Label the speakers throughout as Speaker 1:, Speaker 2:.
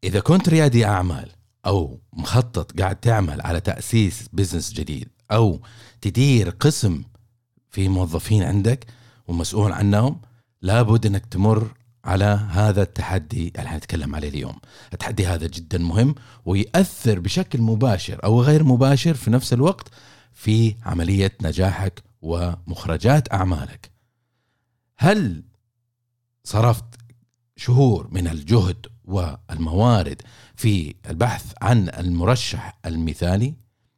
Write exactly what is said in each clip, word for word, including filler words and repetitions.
Speaker 1: إذا كنت ريادي أعمال أو مخطط قاعد تعمل على تأسيس بيزنس جديد أو تدير قسم في موظفين عندك ومسؤول عنهم، لابد أنك تمر على هذا التحدي اللي هنتكلم عليه اليوم. التحدي هذا جدا مهم ويأثر بشكل مباشر أو غير مباشر في نفس الوقت في عملية نجاحك ومخرجات أعمالك. هل صرفت شهور من الجهد والموارد في البحث عن المرشح المثالي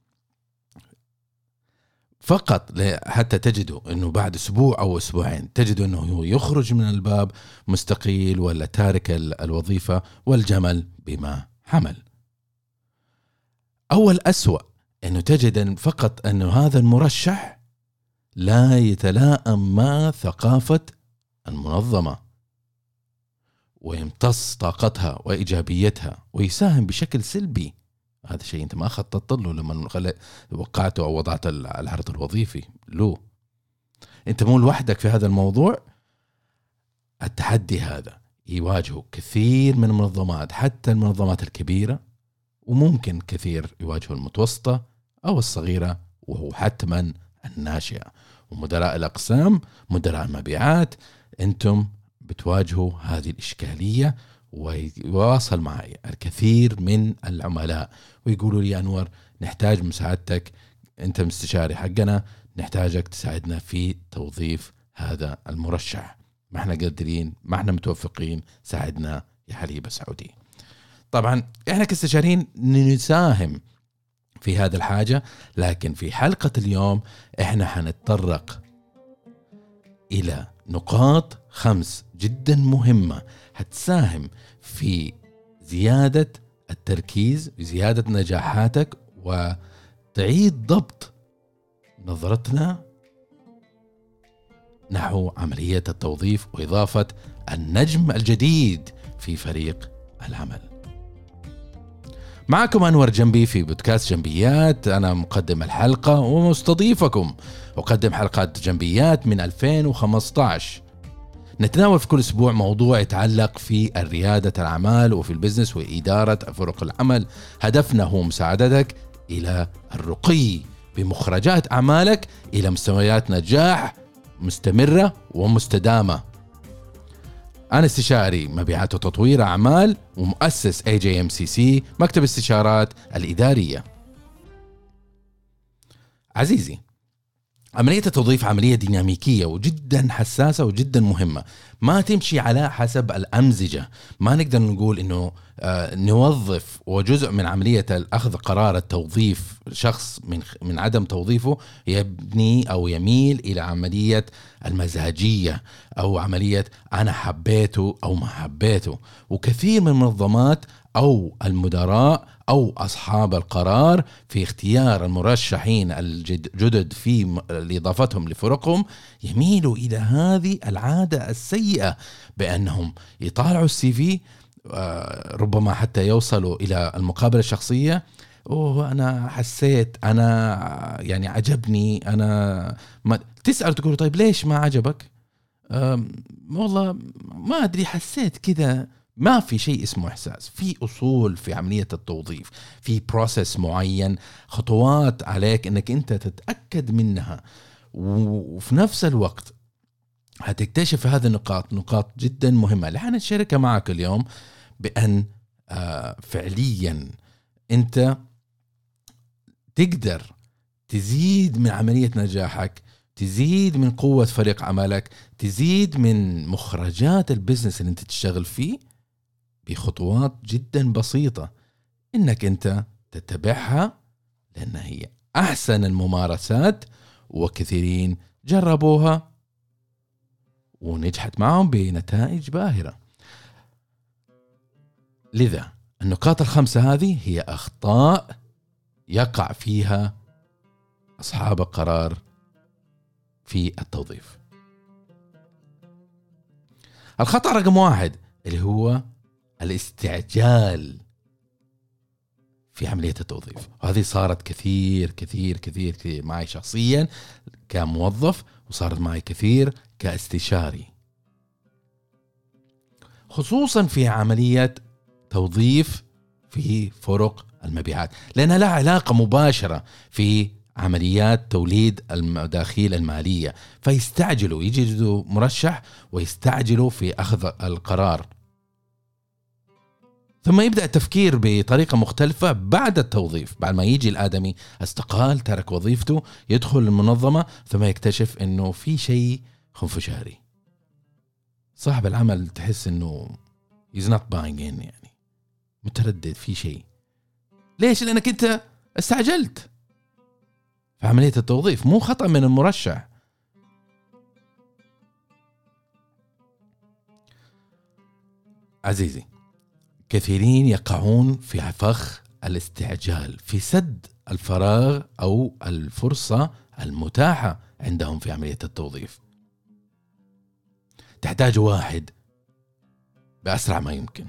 Speaker 1: فقط حتى تجدوا أنه بعد أسبوع أو أسبوعين تجدوا أنه هو يخرج من الباب مستقيل ولا تارك الوظيفة والجمل بما حمل؟ أول أسوأ أنه تجد فقط أنه هذا المرشح لا يتلائم مع ثقافة المنظمة ويمتص طاقتها وإيجابيتها ويساهم بشكل سلبي. هذا شيء أنت ما خططت له لما وقعته أو وضعت العرض الوظيفي له. أنت مو لوحدك في هذا الموضوع. التحدي هذا يواجهه كثير من المنظمات، حتى المنظمات الكبيرة، وممكن كثير يواجهه المتوسطة أو الصغيرة، وهو حتما الناشئة ومدراء الأقسام، مدراء المبيعات. أنتم بتواجهوا هذه الإشكالية. ويواصل معي الكثير من العملاء ويقولوا لي أنور نحتاج مساعدتك، أنت مستشاري حقنا، نحتاجك تساعدنا في توظيف هذا المرشح، ما احنا قادرين، ما احنا متوفقين، ساعدنا يا حليب سعودي. طبعا احنا كاستشاريين نساهم في هذا الحاجة، لكن في حلقة اليوم احنا حنتطرق إلى نقاط خمس جدا مهمة هتساهم في زيادة التركيز، زيادة نجاحاتك، وتعيد ضبط نظرتنا نحو عملية التوظيف وإضافة النجم الجديد في فريق العمل. معكم أنور جنبي في بودكاست جنبيات. أنا مقدم الحلقة ومستضيفكم، أقدم حلقات جنبيات من ألفين وخمسة عشر. نتناول في كل أسبوع موضوع يتعلق في الريادة الأعمال وفي البزنس وإدارة فرق العمل. هدفنا هو مساعدتك إلى الرقي بمخرجات أعمالك إلى مستويات نجاح مستمرة ومستدامة. أنا استشاري مبيعات وتطوير أعمال ومؤسس إيه جي إم سي سي، مكتب استشارات الإدارية. عزيزي، عملية التوظيف عملية ديناميكية وجدا حساسة وجدا مهمة، ما تمشي على حسب الأمزجة. ما نقدر نقول إنه آه نوظف، وجزء من عملية الأخذ قرار التوظيف شخص من من عدم توظيفه يبني أو يميل إلى عملية المزاجية أو عملية أنا حبيته أو ما حبيته. وكثير من المنظمات أو المدراء أو أصحاب القرار في اختيار المرشحين الجدد في إضافتهم لفرقهم يميلوا إلى هذه العادة السيئة بأنهم يطالعوا السي في، ربما حتى يوصلوا إلى المقابلة الشخصية، أوه أنا حسيت، أنا يعني عجبني، أنا ما تسأل تقول طيب ليش ما عجبك؟ والله ما أدري، حسيت كذا. ما في شيء اسمه إحساس، في أصول في عملية التوظيف، في بروسيس معين، خطوات عليك أنك أنت تتأكد منها. وفي نفس الوقت هتكتشف هذه النقاط، نقاط جدا مهمة اللي حنشاركها معك اليوم، بأن فعليا أنت تقدر تزيد من عملية نجاحك، تزيد من قوة فريق عملك، تزيد من مخرجات البزنس اللي أنت تشتغل فيه بخطوات جدا بسيطة إنك أنت تتبعها، لأنها هي أحسن الممارسات وكثيرين جربوها ونجحت معهم بنتائج باهرة. لذا النقاط الخمسة هذه هي أخطاء يقع فيها أصحاب القرار في التوظيف. الخطأ رقم واحد اللي هو الاستعجال في عملية التوظيف، وهذه صارت كثير كثير كثير كثير معي شخصيا كموظف، وصارت معي كثير كاستشاري، خصوصا في عملية توظيف في فرق المبيعات، لأنها لها علاقة مباشرة في عمليات توليد المداخيل المالية، فيستعجلوا يجدوا مرشح ويستعجلوا في أخذ القرار، ثم يبدأ التفكير بطريقة مختلفة بعد التوظيف. بعد ما يجي الآدمي استقال ترك وظيفته يدخل المنظمة، ثم يكتشف أنه في شيء خنفشاري. صاحب العمل تحس أنه he's not buying in، يعني متردد في شيء. ليش؟ لأنك أنت استعجلت في عملية التوظيف، مو خطأ من المرشح. عزيزي، كثيرين يقعون في فخ الاستعجال في سد الفراغ أو الفرصة المتاحة عندهم في عملية التوظيف. تحتاج واحد بأسرع ما يمكن.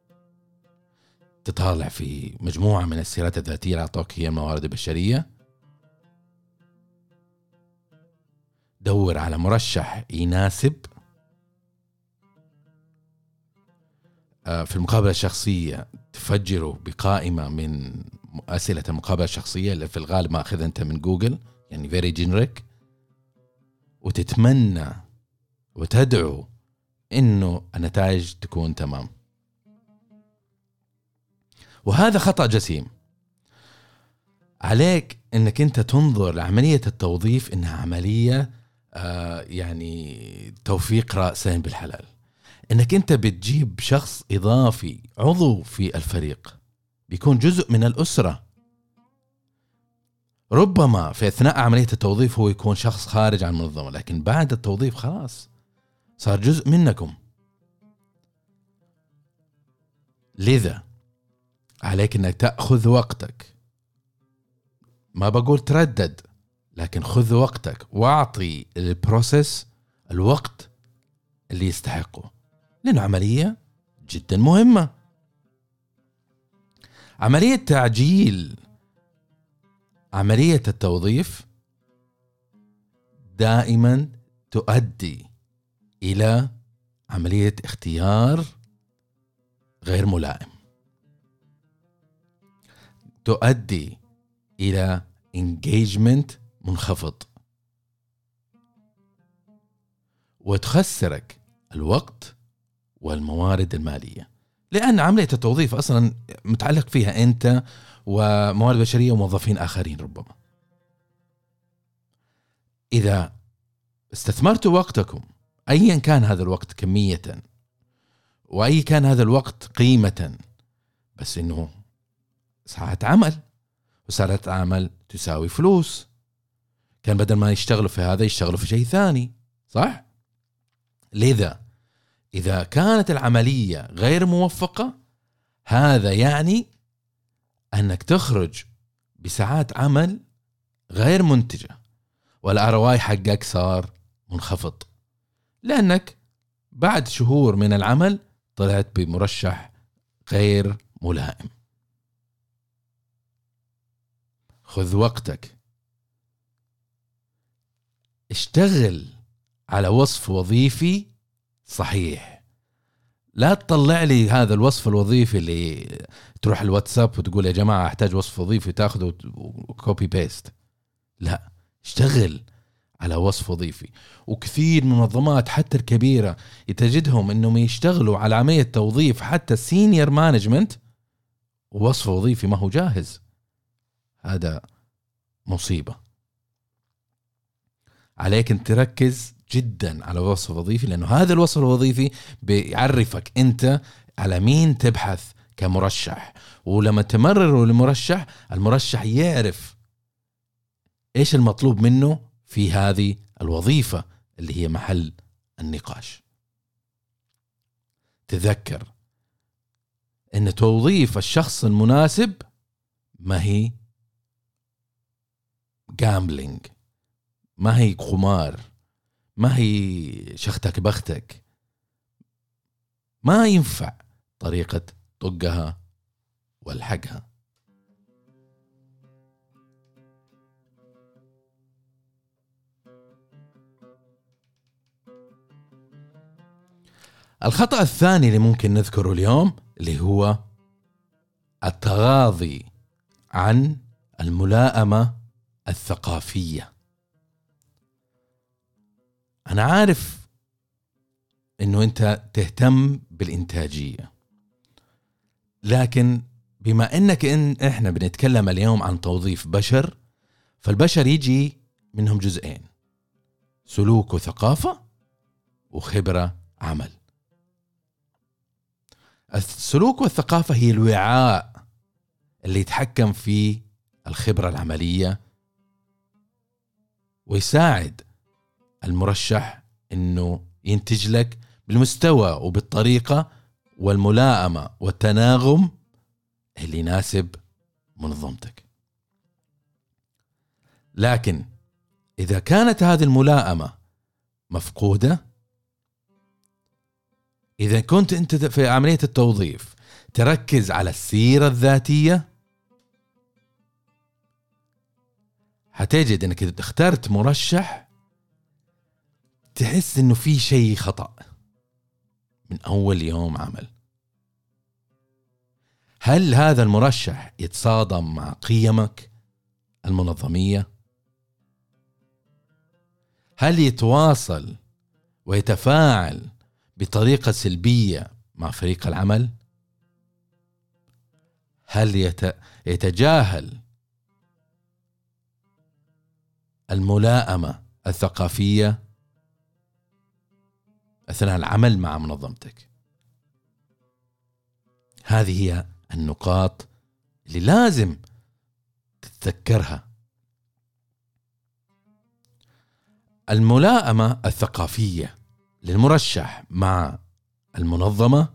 Speaker 1: تطالع في مجموعة من السيرات الذاتية اللي أعطوك هي الموارد البشرية، دور على مرشح يناسب. في المقابلة الشخصية تفجره بقائمة من أسئلة المقابلة الشخصية اللي في الغالب ما أخذها أنت من جوجل، يعني very generic، وتتمنى وتدعو إنه النتائج تكون تمام. وهذا خطأ جسيم. عليك إنك أنت تنظر لعملية التوظيف إنها عملية آه يعني توفيق رأسين بالحلال، إنك أنت بتجيب شخص إضافي عضو في الفريق بيكون جزء من الأسرة. ربما في أثناء عملية التوظيف هو يكون شخص خارج عن المنظمة، لكن بعد التوظيف خلاص صار جزء منكم. لذا عليك أنك تأخذ وقتك، ما بقول تردد، لكن خذ وقتك واعطي البروسيس الوقت اللي يستحقه، لأنه عملية جدا مهمة. عملية تعجيل عملية التوظيف دائما تؤدي إلى عملية اختيار غير ملائم، تؤدي إلى engagement منخفض، وتخسرك الوقت والموارد المالية، لأن عملية التوظيف أصلا متعلق فيها أنت وموارد بشرية وموظفين آخرين. ربما إذا استثمرتوا وقتكم أيا كان هذا الوقت كمية وأي كان هذا الوقت قيمة، بس إنه ساعة عمل، وساعة عمل تساوي فلوس، كان بدل ما يشتغلوا في هذا يشتغلوا في شيء ثاني، صح؟ لذا إذا كانت العملية غير موفقة، هذا يعني أنك تخرج بساعات عمل غير منتجة، والآر أو آي حقك صار منخفض، لأنك بعد شهور من العمل طلعت بمرشح غير ملائم. خذ وقتك، اشتغل على وصف وظيفي صحيح. لا تطلع لي هذا الوصف الوظيفي اللي تروح الواتساب وتقول يا جماعة احتاج وصف وظيفي تاخذه كوبي بيست. لا، اشتغل على وصف وظيفي. وكثير من المنظمات حتى الكبيرة يتجدهم انهم يشتغلوا على عملية توظيف حتى السينيور مانجمنت ووصف وظيفي ما هو جاهز. هذا مصيبة. عليك ان تركز جدا على وصف وظيفي، لأنه هذا الوصف الوظيفي بيعرفك أنت على مين تبحث كمرشح، ولما تمرر للمرشح المرشح يعرف إيش المطلوب منه في هذه الوظيفة اللي هي محل النقاش. تذكر أن توظيف الشخص المناسب ما هي جامبلينج، ما هي قمار، ما هي شختك بختك. ما ينفع طريقة طقها والحقها. الخطأ الثاني اللي ممكن نذكره اليوم اللي هو التغاضي عن الملائمة الثقافية. أنا عارف إنه أنت تهتم بالإنتاجية، لكن بما إنك إن إحنا بنتكلم اليوم عن توظيف بشر، فالبشر يجي منهم جزئين: سلوك وثقافة، وخبرة عمل. السلوك والثقافة هي الوعاء اللي يتحكم في الخبرة العملية ويساعد المرشح إنه ينتج لك بالمستوى وبالطريقة والملائمة والتناغم اللي يناسب منظمتك. لكن إذا كانت هذه الملائمة مفقودة، إذا كنت أنت في عملية التوظيف تركز على السيرة الذاتية، هتجد أنك إذا اخترت مرشح تحس أنه في شيء خطأ من أول يوم عمل. هل هذا المرشح يتصادم مع قيمك المنظمية؟ هل يتواصل ويتفاعل بطريقة سلبية مع فريق العمل؟ هل يتجاهل الملائمة الثقافية أثناء العمل مع منظمتك؟ هذه هي النقاط اللي لازم تتذكرها. الملائمة الثقافية للمرشح مع المنظمة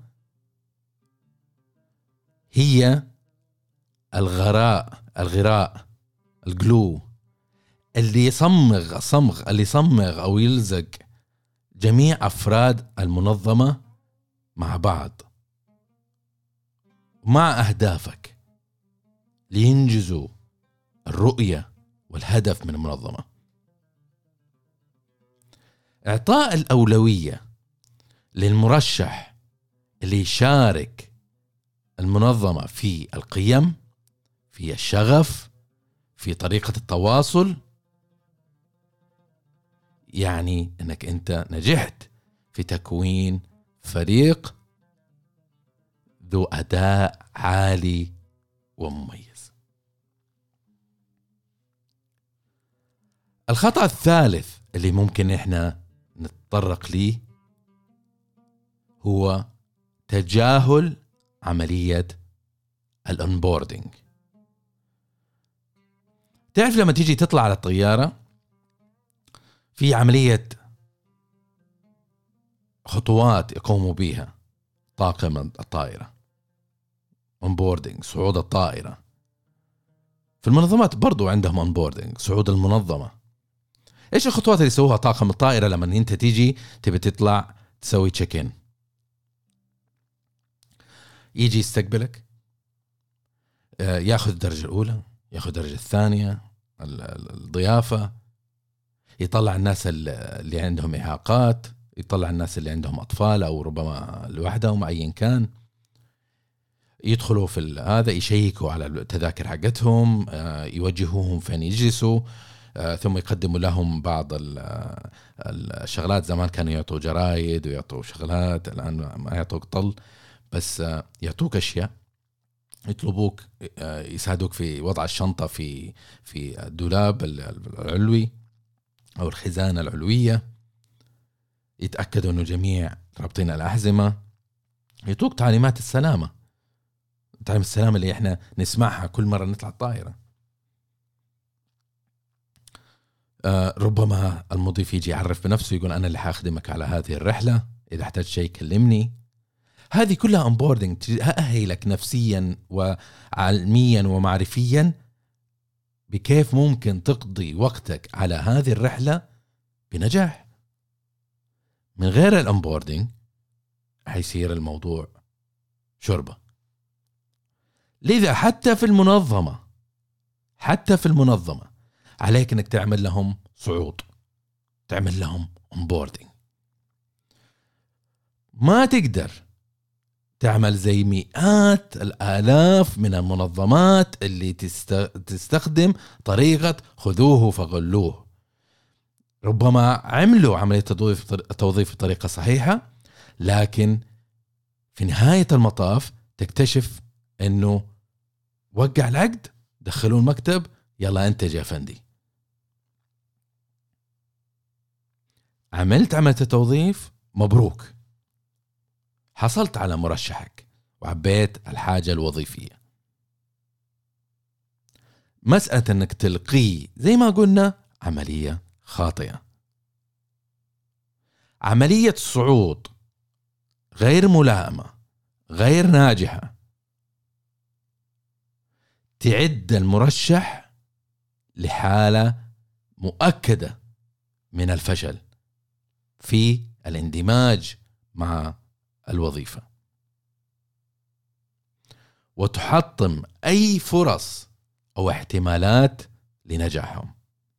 Speaker 1: هي الغراء الغراء الجلو اللي يصمغ صمغ اللي يصمغ أو يلزق جميع أفراد المنظمة مع بعض مع أهدافك لينجزوا الرؤية والهدف من المنظمة. إعطاء الأولوية للمرشح اللي يشارك المنظمة في القيم، في الشغف، في طريقة التواصل، يعني أنك أنت نجحت في تكوين فريق ذو أداء عالي ومميز. الخطأ الثالث اللي ممكن إحنا نتطرق ليه هو تجاهل عملية الأونبوردينج. تعرف لما تيجي تطلع على الطيارة في عملية خطوات يقوموا بها طاقم الطائرة، أونبوردينج، صعود الطائرة. في المنظمات برضو عندهم أونبوردينج، صعود المنظمة. إيش الخطوات اللي يسووها طاقم الطائرة لما أنت تيجي تبي تطلع تسوي تشيك إن؟ يجي يستقبلك، ياخذ الدرجة الأولى، ياخذ الدرجة الثانية، الضيافة، يطلع الناس اللي عندهم إعاقات، يطلع الناس اللي عندهم أطفال أو ربما لوحدهم أيا كان، يدخلوا في هذا، يشيكوا على التذاكر حقتهم، يوجهوهم فين يجلسوا، ثم يقدموا لهم بعض الشغلات. زمان كانوا يعطوا جرايد ويعطوا شغلات، الآن ما يعطوك طل، بس يعطوك أشياء، يطلبوك يساعدوك في وضع الشنطة في في الدولاب العلوي أو الخزانة العلوية، يتأكدوا أنه جميع رابطين الأحزمة، يعطوك تعليمات السلامة، تعليمات السلامة اللي إحنا نسمعها كل مرة نطلع الطائرة. آه ربما المضيف يجي يعرف بنفسه، يقول أنا اللي حاخدمك على هذه الرحلة، إذا احتاج شيء كلمني. هذه كلها onboarding تأهلك نفسيا وعلميا ومعرفيا بكيف ممكن تقضي وقتك على هذه الرحلة بنجاح. من غير الonboarding هيصير الموضوع شربة. لذا حتى في المنظمة حتى في المنظمة عليك انك تعمل لهم صعود، تعمل لهم onboarding. ما تقدر تعمل زي مئات الآلاف من المنظمات اللي تستخدم طريقة خذوه فغلوه. ربما عملوا عملية توظيف بطريقة صحيحة، لكن في نهاية المطاف تكتشف انه وقع العقد، دخلوا المكتب، يلا انتج يا فندي. عملت عملية التوظيف، مبروك، حصلت على مرشحك وعبيت الحاجة الوظيفية. مسألة انك تلقيه زي ما قلنا عملية خاطئة، عملية صعود غير ملائمة، غير ناجحة، تعد المرشح لحالة مؤكدة من الفشل في الاندماج مع الوظيفة، وتحطم أي فرص أو احتمالات لنجاحهم.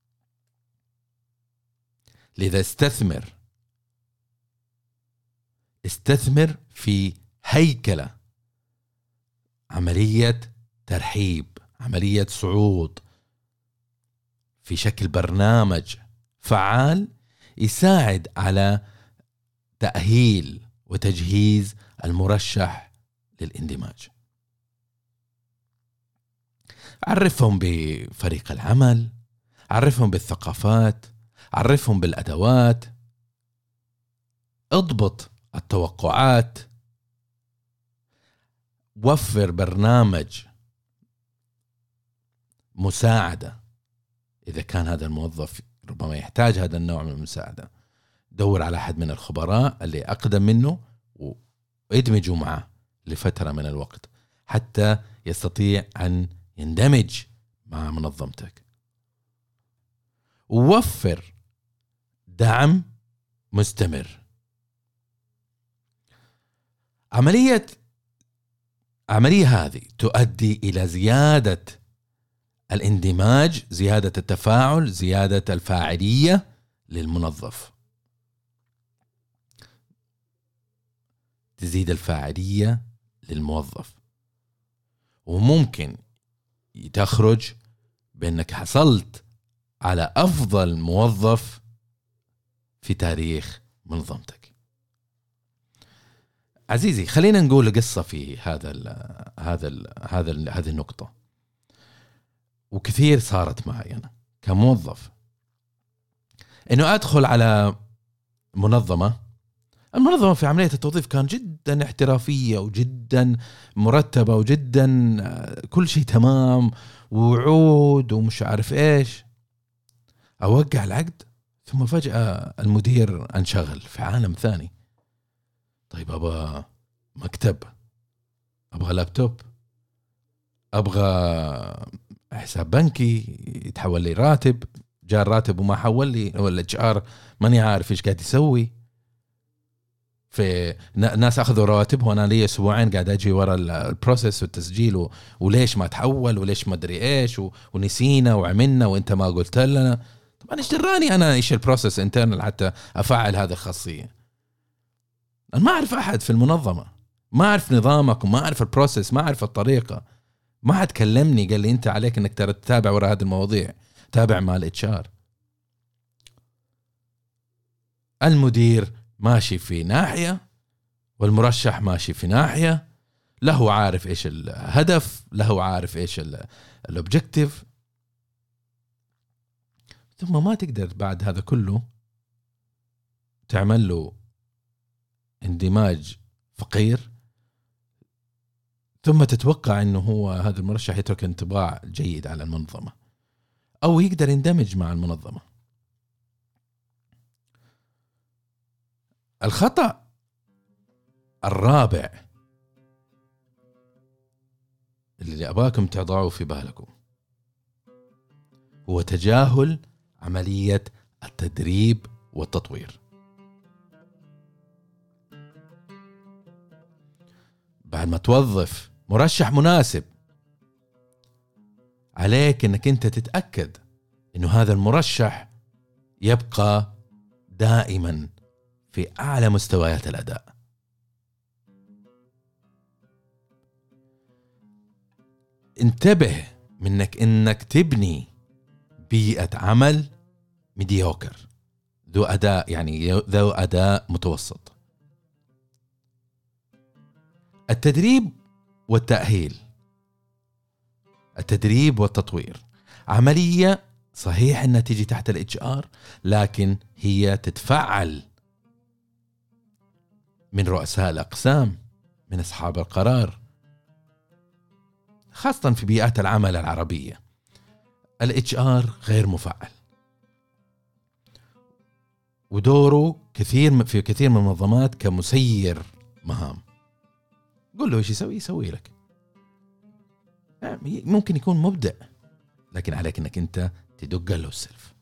Speaker 1: لذا استثمر استثمر في هيكلة، عملية ترحيب، عملية صعود في شكل برنامج فعال يساعد على تأهيل وتجهيز المرشح للاندماج. عرفهم بفريق العمل، عرفهم بالثقافات، عرفهم بالأدوات، اضبط التوقعات، وفر برنامج مساعدة إذا كان هذا الموظف ربما يحتاج هذا النوع من المساعدة. دور على أحد من الخبراء اللي أقدم منه وادمجوا معه لفترة من الوقت حتى يستطيع أن يندمج مع منظمتك. ووفر دعم مستمر. عملية عملية هذه تؤدي إلى زيادة الاندماج، زيادة التفاعل، زيادة الفاعلية للمنظف. تزيد الفاعلية للموظف، وممكن تخرج بأنك حصلت على أفضل موظف في تاريخ منظمتك. عزيزي، خلينا نقول قصة في هذا ال هذا ال هذا ال هذه النقطة، وكثير صارت معي أنا كموظف، إنه أدخل على منظمة. المنظمة في عملية التوظيف كان جدا احترافية وجدا مرتبة وجدا كل شيء تمام، وعود ومش عارف إيش. أوقع العقد، ثم فجأة المدير انشغل في عالم ثاني. طيب أبغى مكتب، أبغى لابتوب، أبغى حساب بنكي يتحول لي راتب، جاء الراتب وما حول لي، ولا اتش ار ماني عارف ايش قاعد يسوي. في ناس اخذوا رواتب وانا لي اسبوعين قاعد اجي ورا البروسيس والتسجيل، وليش ما تحول، وليش ما ادري ايش، ونسينا وعملنا وانت ما قلت لنا. طبعا ايش دراني انا ايش البروسيس انترنال حتى افعل هذه الخاصيه؟ انا ما اعرف احد في المنظمه، ما اعرف نظامك وما اعرف البروسيس، ما اعرف الطريقه. ما حد كلمني قال لي انت عليك انك ترى تتابع ورا هذه المواضيع، تابع مع الاتش ار. المدير ماشي في ناحية والمرشح ماشي في ناحية، له عارف ايش الهدف، له عارف ايش الاوبجكتيف، ثم ما تقدر بعد هذا كله تعمل له اندماج فقير، ثم تتوقع انه هو هذا المرشح يترك انطباع جيد على المنظمة او يقدر يندمج مع المنظمة. الخطأ الرابع اللي أباكم تضعوا في بالكم هو تجاهل عملية التدريب والتطوير. بعد ما توظف مرشح مناسب، عليك انك انت تتأكد انه هذا المرشح يبقى دائما في أعلى مستويات الأداء. انتبه منك انك تبني بيئة عمل ميديوكر ذو أداء، يعني ذو أداء متوسط. التدريب والتأهيل، التدريب والتطوير عملية صحيح انها تيجي تحت الاتش ار، لكن هي تتفعل من رؤساء الأقسام، من أصحاب القرار، خاصة في بيئات العمل العربية. الاتش ار غير مفعل، ودوره كثير في كثير من المنظمات كمسير مهام. قل له ايش يسوي يسوي لك، ممكن يكون مبدع، لكن عليك انك انت تدق له السلف.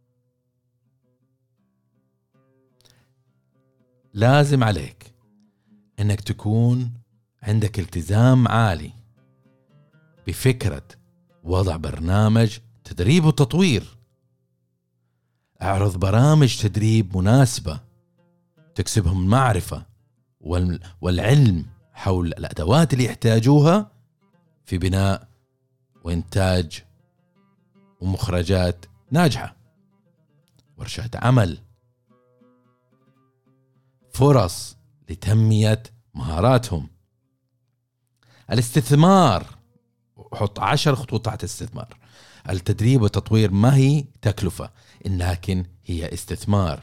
Speaker 1: لازم عليك انك تكون عندك التزام عالي بفكرة وضع برنامج تدريب وتطوير. اعرض برامج تدريب مناسبة تكسبهم المعرفة والعلم حول الأدوات اللي يحتاجوها في بناء وإنتاج ومخرجات ناجحة، ورشات عمل، فرص لتنمية مهاراتهم، الاستثمار. حط عشر خطوط تحت الاستثمار. التدريب والتطوير ما هي تكلفة، لكن هي استثمار.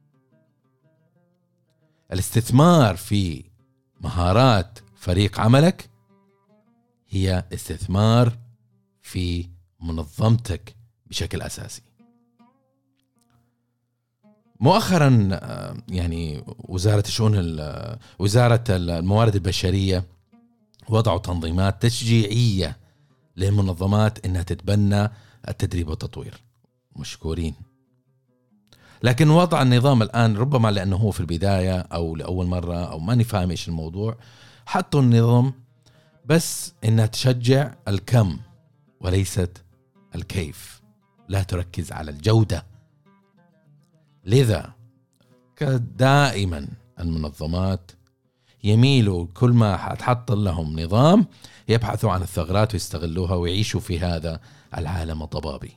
Speaker 1: الاستثمار في مهارات فريق عملك هي استثمار في منظمتك بشكل أساسي. مؤخرا يعني وزارة الشؤون وزارة الموارد البشرية وضعوا تنظيمات تشجيعية للمنظمات إنها تتبنى التدريب والتطوير، مشكورين. لكن وضع النظام الآن ربما لأنه هو في البداية أو لأول مرة أو ماني فاهم إيش الموضوع، حطوا النظام بس إنها تشجع الكم وليست الكيف، لا تركز على الجودة. لذا دائما المنظمات يميلوا كل ما حتحط لهم نظام يبحثوا عن الثغرات ويستغلوها ويعيشوا في هذا العالم الضبابي.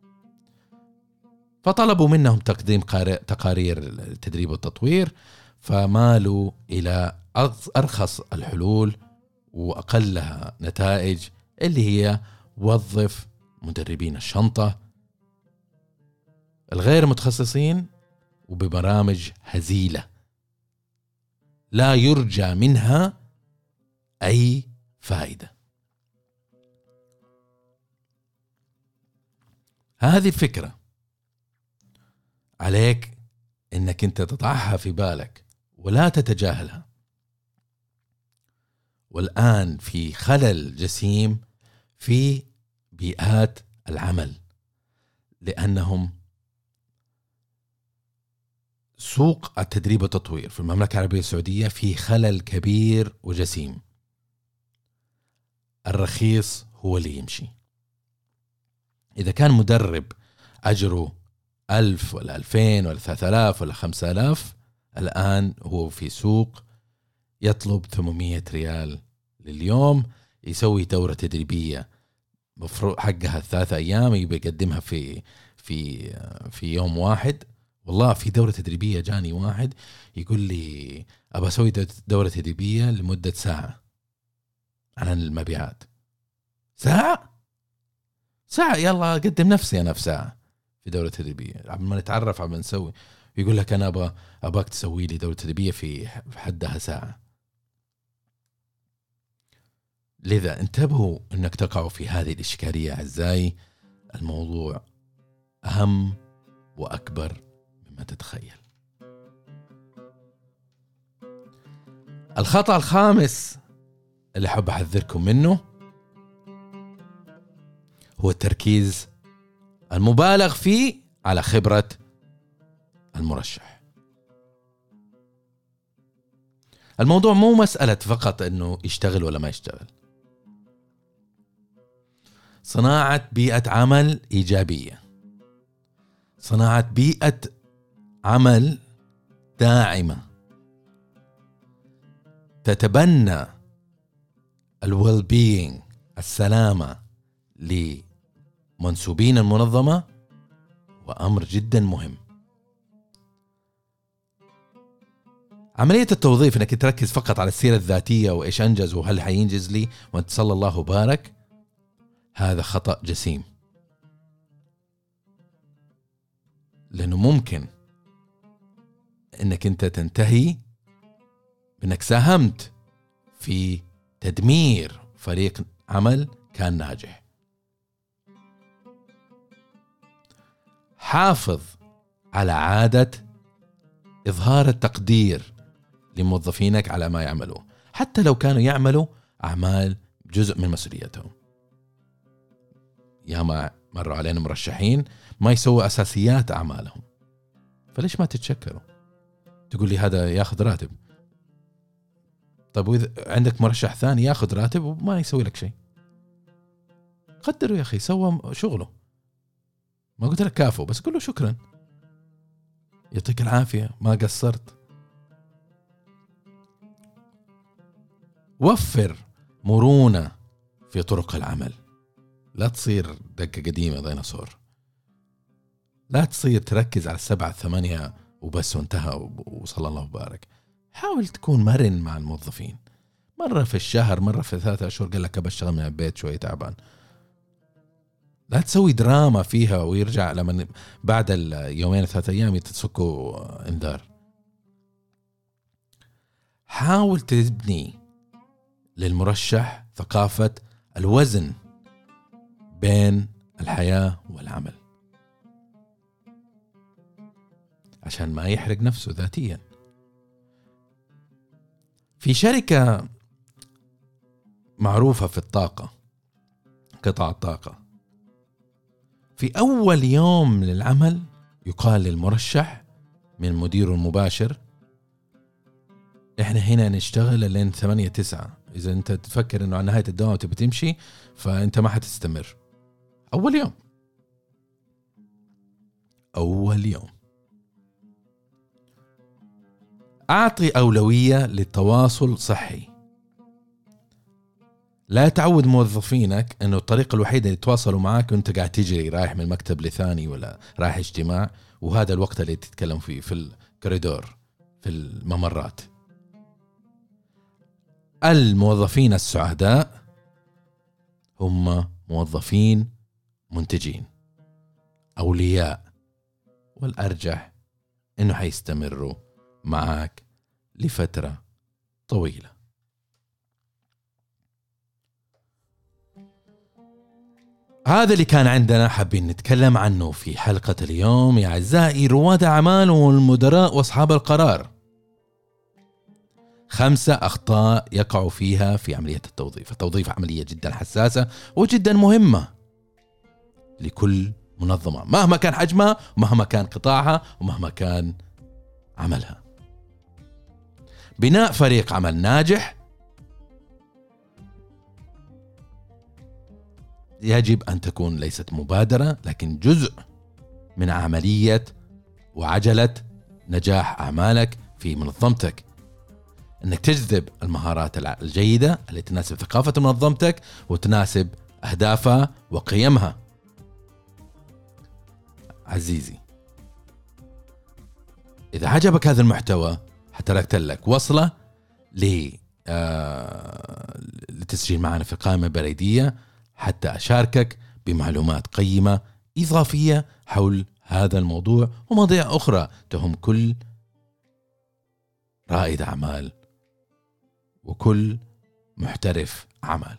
Speaker 1: فطلبوا منهم تقديم تقارير التدريب والتطوير، فمالوا إلى أرخص الحلول وأقلها نتائج، اللي هي وظف مدربين الشنطة الغير متخصصين وببرامج هزيلة لا يرجى منها أي فائدة. هذه الفكرة عليك إنك أنت تضعها في بالك ولا تتجاهلها. والآن في خلل جسيم في بيئات العمل، لأنهم سوق التدريب والتطوير في المملكة العربية السعودية في خلل كبير وجسيم. الرخيص هو اللي يمشي. إذا كان مدرب أجره ألف ولا ألفين ولا ثلاثة آلاف ولا خمسة آلاف، الآن هو في سوق يطلب ثمانمائة ريال لليوم، يسوي دورة تدريبية مفروض حقها ثلاثة أيام يبي يقدمها في في في يوم واحد. والله في دورة تدريبية جاني واحد يقول لي أبى أسوي دورة تدريبية لمدة ساعة عن المبيعات. ساعة ساعة يلا قدم نفسي أنا في ساعة في دورة تدريبية قبل ما نتعرف على ما نسوي. يقول لك أنا أبى أباك تسوي لي دورة تدريبية في حدها ساعة. لذا انتبهوا أنك تقعوا في هذه الإشكالية أعزائي. الموضوع أهم وأكبر مما تتخيل. الخطأ الخامس اللي حاب أحذركم منه هو التركيز المبالغ فيه على خبرة المرشح. الموضوع مو مسألة فقط أنه يشتغل ولا ما يشتغل. صناعة بيئة عمل إيجابية، صناعة بيئة عمل داعمة تتبنى الويل بينج السلامة لمنسوبين المنظمة هو أمر جدا مهم. عملية التوظيف انك تركز فقط على السيرة الذاتية وايش انجز وهل حينجز لي وانت صلى الله وبارك، هذا خطأ جسيم. لانه ممكن انك انت تنتهي بانك ساهمت في تدمير فريق عمل كان ناجح. حافظ على عادة إظهار التقدير لموظفينك على ما يعملوا، حتى لو كانوا يعملوا أعمال جزء من مسؤوليتهم. يا ما مروا علينا مرشحين ما يسووا أساسيات أعمالهم، فليش ما تتشكروا؟ تقول لي هذا ياخذ راتب. طيب وإذا عندك مرشح ثاني ياخذ راتب وما يسوي لك شيء، قدره يا أخي، سوى شغله. ما قلت لك كافو، بس قل له شكرا، يعطيك العافية، ما قصرت. وفر مرونة في طرق العمل، لا تصير دقة قديمة ديناصور، لا تصير تركز على السبعة ثمانية وبس وانتهى وصلى الله وبارك. حاول تكون مرن مع الموظفين، مرة في الشهر، مرة في ثلاثة أشهر قال لك أبشتغل من البيت شوي تعبان. لا تسوي دراما فيها ويرجع لما بعد اليومين ثلاثة أيام يتسكوا انذار. حاول تبني للمرشح ثقافة الوزن بين الحياة والعمل عشان ما يحرق نفسه ذاتيا. في شركة معروفة في الطاقة، قطاع الطاقة، في أول يوم للعمل يقال للمرشح من مديره المباشر إحنا هنا نشتغل لين ثمانية تسعة، إذا أنت تفكر إنه على نهاية الدوام تبي تمشي فأنت ما حتستمر. أول يوم أول يوم أعطي أولوية للتواصل صحي. لا تعود موظفينك أنه الطريقة الوحيدة اللي يتواصلوا معاك وأنت قاعد تجري رايح من المكتب لثاني ولا رايح اجتماع، وهذا الوقت اللي تتكلم فيه في الكوريدور في الممرات. الموظفين السعداء هم موظفين منتجين أولياء، والأرجح أنه حيستمروا معك لفترة طويلة. هذا اللي كان عندنا حابين نتكلم عنه في حلقة اليوم يا أعزائي رواد أعمال والمدراء وأصحاب القرار. خمسة أخطاء يقعوا فيها في عملية التوظيف. التوظيف عملية جدا حساسة وجدا مهمة لكل منظمة مهما كان حجمها ومهما كان قطاعها ومهما كان عملها. بناء فريق عمل ناجح يجب أن تكون ليست مبادرة لكن جزء من عملية وعجلة نجاح أعمالك في منظمتك. أنك تجذب المهارات الجيدة اللي تناسب ثقافة منظمتك وتناسب أهدافها وقيمها. عزيزي، إذا عجبك هذا المحتوى حتركت لك وصلة للتسجيل معنا في القائمة البريدية حتى أشاركك بمعلومات قيمة إضافية حول هذا الموضوع ومواضيع أخرى تهم كل رائد أعمال وكل محترف عمل.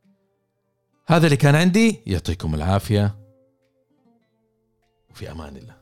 Speaker 1: هذا اللي كان عندي، يعطيكم العافية وفي أمان الله.